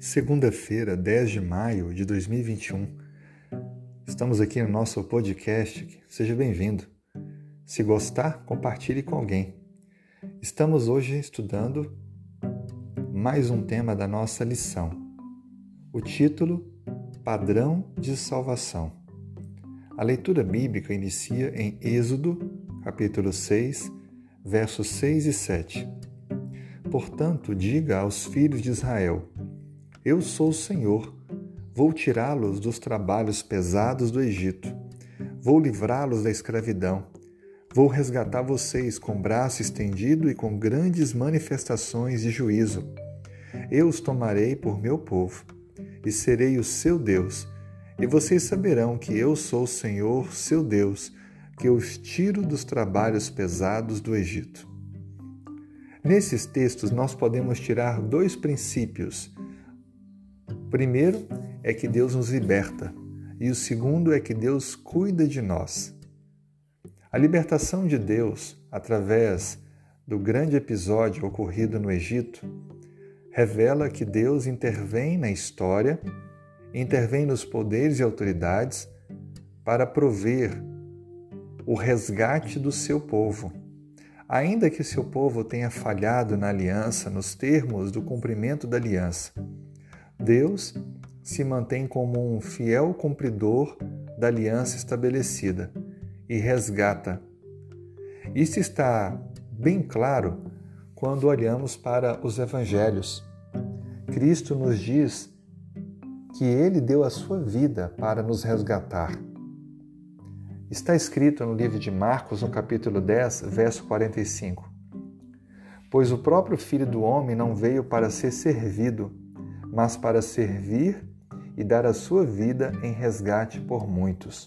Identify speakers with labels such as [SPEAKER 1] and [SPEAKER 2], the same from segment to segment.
[SPEAKER 1] Segunda-feira, 10 de maio de 2021. Estamos aqui no nosso podcast. Seja bem-vindo. Se gostar, compartilhe com alguém. Estamos hoje estudando mais um tema da nossa lição. O título, Padrão de Salvação. A leitura bíblica inicia em Êxodo, capítulo 6, versos 6 e 7. Portanto, diga aos filhos de Israel: Eu sou o Senhor, vou tirá-los dos trabalhos pesados do Egito, vou livrá-los da escravidão, vou resgatar vocês com braço estendido e com grandes manifestações de juízo. Eu os tomarei por meu povo e serei o seu Deus, e vocês saberão que eu sou o Senhor, seu Deus, que os tiro dos trabalhos pesados do Egito. Nesses textos, nós podemos tirar dois princípios. O primeiro é que Deus nos liberta, e o segundo é que Deus cuida de nós. A libertação de Deus, através do grande episódio ocorrido no Egito, revela que Deus intervém na história, intervém nos poderes e autoridades para prover o resgate do seu povo. Ainda que seu povo tenha falhado na aliança, nos termos do cumprimento da aliança, Deus se mantém como um fiel cumpridor da aliança estabelecida e resgata. Isso está bem claro quando olhamos para os evangelhos. Cristo nos diz que Ele deu a sua vida para nos resgatar. Está escrito no livro de Marcos, no capítulo 10, verso 45. Pois o próprio Filho do Homem não veio para ser servido, mas para servir e dar a sua vida em resgate por muitos.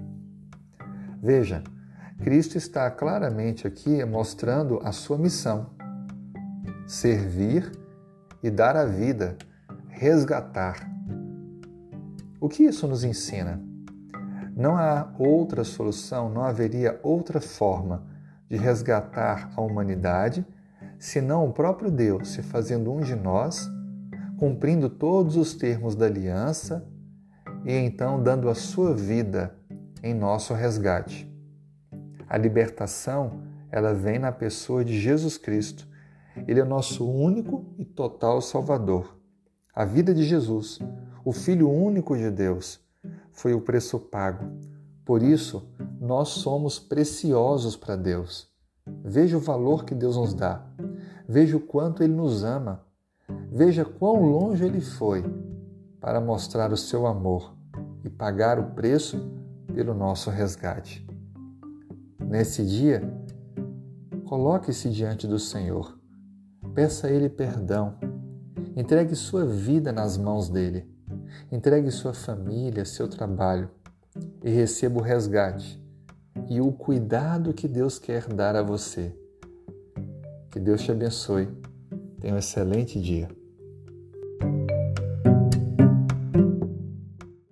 [SPEAKER 1] Veja, Cristo está claramente aqui mostrando a sua missão: servir e dar a vida, resgatar. O que isso nos ensina? Não há outra solução, não haveria outra forma de resgatar a humanidade senão o próprio Deus se fazendo um de nós, cumprindo todos os termos da aliança e então dando a sua vida em nosso resgate. A libertação, ela vem na pessoa de Jesus Cristo. Ele é o nosso único e total Salvador. A vida de Jesus, o Filho único de Deus, foi o preço pago. Por isso, nós somos preciosos para Deus. Veja o valor que Deus nos dá. Veja o quanto Ele nos ama. Veja quão longe Ele foi para mostrar o seu amor e pagar o preço pelo nosso resgate. Nesse dia, coloque-se diante do Senhor. Peça a Ele perdão. Entregue sua vida nas mãos dEle. Entregue sua família, seu trabalho e receba o resgate e o cuidado que Deus quer dar a você. Que Deus te abençoe. Tenha um excelente dia.